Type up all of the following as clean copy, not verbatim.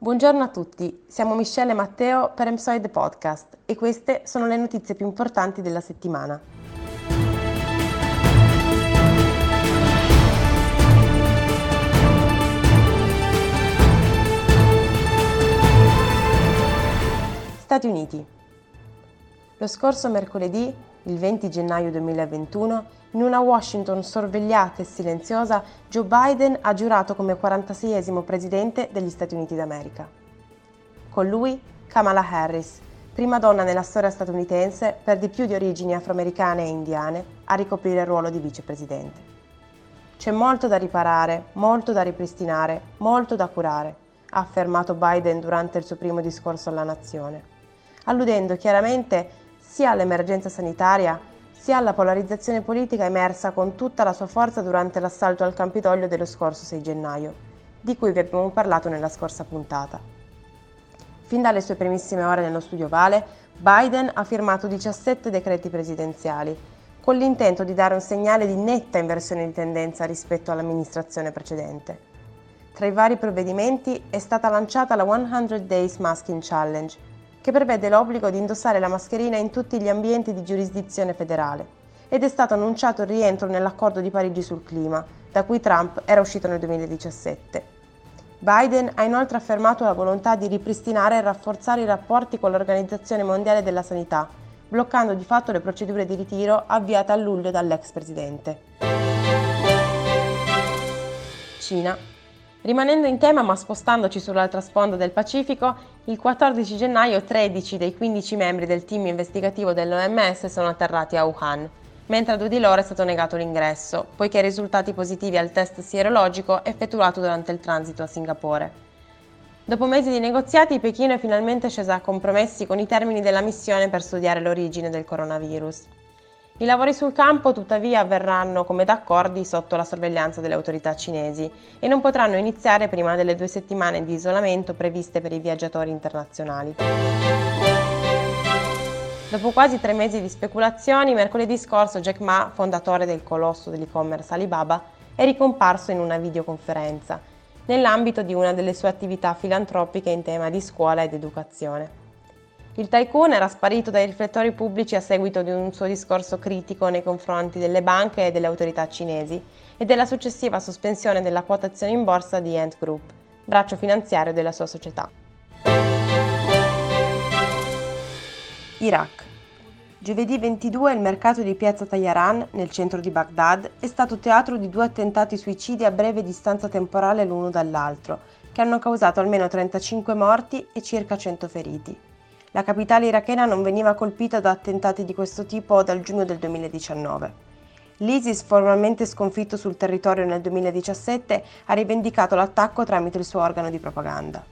Buongiorno a tutti, siamo Michelle e Matteo per Emsoid Podcast e queste sono le notizie più importanti della settimana. Stati Uniti. Lo scorso mercoledì, il 20 gennaio 2021, in una Washington sorvegliata e silenziosa, Joe Biden ha giurato come 46esimo presidente degli Stati Uniti d'America. Con lui, Kamala Harris, prima donna nella storia statunitense, per di più di origini afroamericane e indiane, a ricoprire il ruolo di vicepresidente. C'è molto da riparare, molto da ripristinare, molto da curare, ha affermato Biden durante il suo primo discorso alla nazione, alludendo chiaramente sia all'emergenza sanitaria sia alla polarizzazione politica emersa con tutta la sua forza durante l'assalto al Campidoglio dello scorso 6 gennaio, di cui vi abbiamo parlato nella scorsa puntata. Fin dalle sue primissime ore nello studio ovale, Biden ha firmato 17 decreti presidenziali, con l'intento di dare un segnale di netta inversione di tendenza rispetto all'amministrazione precedente. Tra i vari provvedimenti è stata lanciata la 100 Days Masking Challenge, che prevede l'obbligo di indossare la mascherina in tutti gli ambienti di giurisdizione federale, ed è stato annunciato il rientro nell'accordo di Parigi sul clima, da cui Trump era uscito nel 2017. Biden ha inoltre affermato la volontà di ripristinare e rafforzare i rapporti con l'Organizzazione Mondiale della Sanità, bloccando di fatto le procedure di ritiro avviate a luglio dall'ex presidente. Cina. Rimanendo in tema ma spostandoci sull'altra sponda del Pacifico, il 14 gennaio 13 dei 15 membri del team investigativo dell'OMS sono atterrati a Wuhan, mentre a 2 di loro è stato negato l'ingresso, poiché risultati positivi al test sierologico effettuato durante il transito a Singapore. Dopo mesi di negoziati, Pechino è finalmente scesa a compromessi con i termini della missione per studiare l'origine del coronavirus. I lavori sul campo, tuttavia, avverranno come d'accordi sotto la sorveglianza delle autorità cinesi e non potranno iniziare prima delle 2 settimane di isolamento previste per i viaggiatori internazionali. Dopo quasi 3 mesi di speculazioni, mercoledì scorso Jack Ma, fondatore del colosso dell'e-commerce Alibaba, è ricomparso in una videoconferenza, nell'ambito di una delle sue attività filantropiche in tema di scuola ed educazione. Il tycoon era sparito dai riflettori pubblici a seguito di un suo discorso critico nei confronti delle banche e delle autorità cinesi e della successiva sospensione della quotazione in borsa di Ant Group, braccio finanziario della sua società. Iraq. Giovedì 22 il mercato di Piazza Tayaran, nel centro di Baghdad, è stato teatro di 2 attentati suicidi a breve distanza temporale l'uno dall'altro, che hanno causato almeno 35 morti e circa 100 feriti. La capitale irachena non veniva colpita da attentati di questo tipo dal giugno del 2019. L'ISIS, formalmente sconfitto sul territorio nel 2017, ha rivendicato l'attacco tramite il suo organo di propaganda.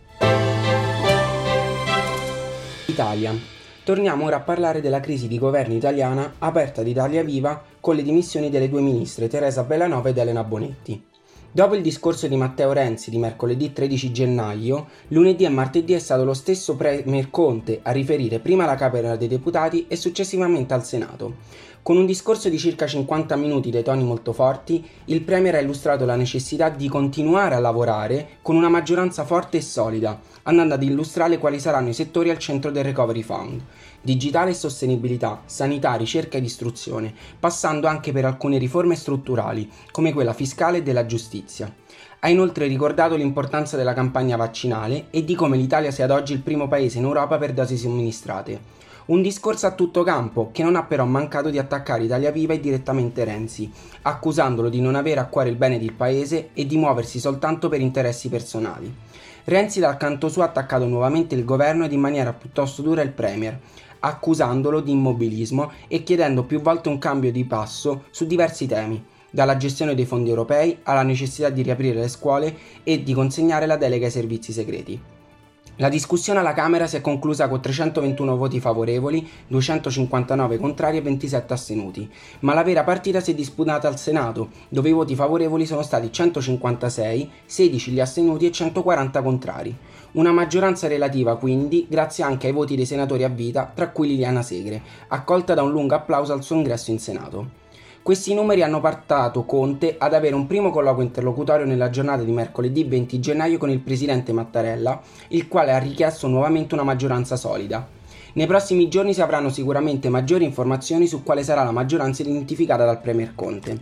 Italia. Torniamo ora a parlare della crisi di governo italiana aperta da Italia Viva con le dimissioni delle 2 ministre Teresa Bellanova ed Elena Bonetti. Dopo il discorso di Matteo Renzi di mercoledì 13 gennaio, lunedì e martedì è stato lo stesso Premier Conte a riferire prima alla Camera dei Deputati e successivamente al Senato. Con un discorso di circa 50 minuti dai toni molto forti, il Premier ha illustrato la necessità di continuare a lavorare con una maggioranza forte e solida, andando ad illustrare quali saranno i settori al centro del Recovery Fund: digitale e sostenibilità, sanità, ricerca ed istruzione, passando anche per alcune riforme strutturali, come quella fiscale e della giustizia. Ha inoltre ricordato l'importanza della campagna vaccinale e di come l'Italia sia ad oggi il primo paese in Europa per dosi somministrate. Un discorso a tutto campo che non ha però mancato di attaccare Italia Viva e direttamente Renzi, accusandolo di non avere a cuore il bene del paese e di muoversi soltanto per interessi personali. Renzi dal canto suo ha attaccato nuovamente il governo ed in maniera piuttosto dura il Premier, accusandolo di immobilismo e chiedendo più volte un cambio di passo su diversi temi, dalla gestione dei fondi europei alla necessità di riaprire le scuole e di consegnare la delega ai servizi segreti. La discussione alla Camera si è conclusa con 321 voti favorevoli, 259 contrari e 27 astenuti, ma la vera partita si è disputata al Senato, dove i voti favorevoli sono stati 156, 16 gli astenuti e 140 contrari. Una maggioranza relativa quindi, grazie anche ai voti dei senatori a vita, tra cui Liliana Segre, accolta da un lungo applauso al suo ingresso in Senato. Questi numeri hanno portato Conte ad avere un primo colloquio interlocutorio nella giornata di mercoledì 20 gennaio con il presidente Mattarella, il quale ha richiesto nuovamente una maggioranza solida. Nei prossimi giorni si avranno sicuramente maggiori informazioni su quale sarà la maggioranza identificata dal premier Conte.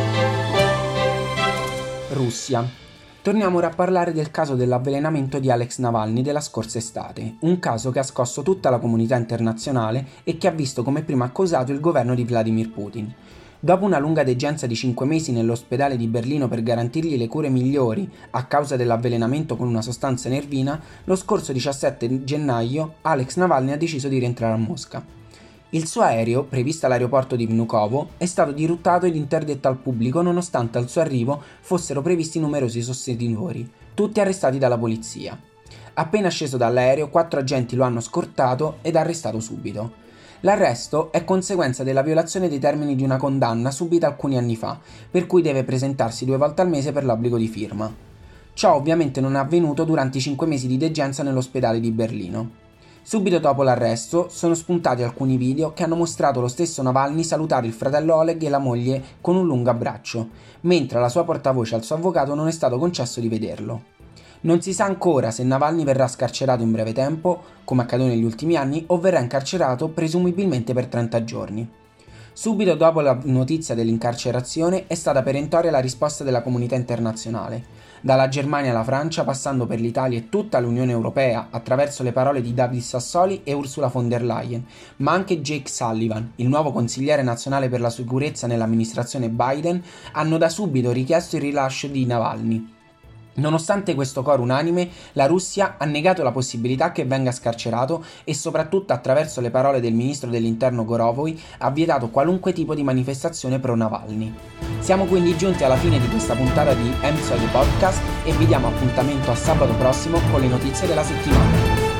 Russia. Torniamo ora a parlare del caso dell'avvelenamento di Alex Navalny della scorsa estate, un caso che ha scosso tutta la comunità internazionale e che ha visto come primo accusato il governo di Vladimir Putin. Dopo una lunga degenza di 5 mesi nell'ospedale di Berlino per garantirgli le cure migliori a causa dell'avvelenamento con una sostanza nervina, lo scorso 17 gennaio Alex Navalny ha deciso di rientrare a Mosca. Il suo aereo, previsto all'aeroporto di Vnukovo, è stato dirottato ed interdetto al pubblico nonostante al suo arrivo fossero previsti numerosi sostenitori, tutti arrestati dalla polizia. Appena sceso dall'aereo, 4 agenti lo hanno scortato ed arrestato subito. L'arresto è conseguenza della violazione dei termini di una condanna subita alcuni anni fa, per cui deve presentarsi 2 volte al mese per l'obbligo di firma. Ciò ovviamente non è avvenuto durante i 5 mesi di degenza nell'ospedale di Berlino. Subito dopo l'arresto sono spuntati alcuni video che hanno mostrato lo stesso Navalny salutare il fratello Oleg e la moglie con un lungo abbraccio, mentre alla sua portavoce al suo avvocato non è stato concesso di vederlo. Non si sa ancora se Navalny verrà scarcerato in breve tempo, come accaduto negli ultimi anni, o verrà incarcerato presumibilmente per 30 giorni. Subito dopo la notizia dell'incarcerazione è stata perentoria la risposta della comunità internazionale, dalla Germania alla Francia passando per l'Italia e tutta l'Unione Europea attraverso le parole di David Sassoli e Ursula von der Leyen, ma anche Jake Sullivan, il nuovo consigliere nazionale per la sicurezza nell'amministrazione Biden, hanno da subito richiesto il rilascio di Navalny. Nonostante questo coro unanime, la Russia ha negato la possibilità che venga scarcerato e soprattutto attraverso le parole del ministro dell'interno Gorovoi ha vietato qualunque tipo di manifestazione pro Navalny. Siamo quindi giunti alla fine di questa puntata di MSOD Podcast e vi diamo appuntamento a sabato prossimo con le notizie della settimana.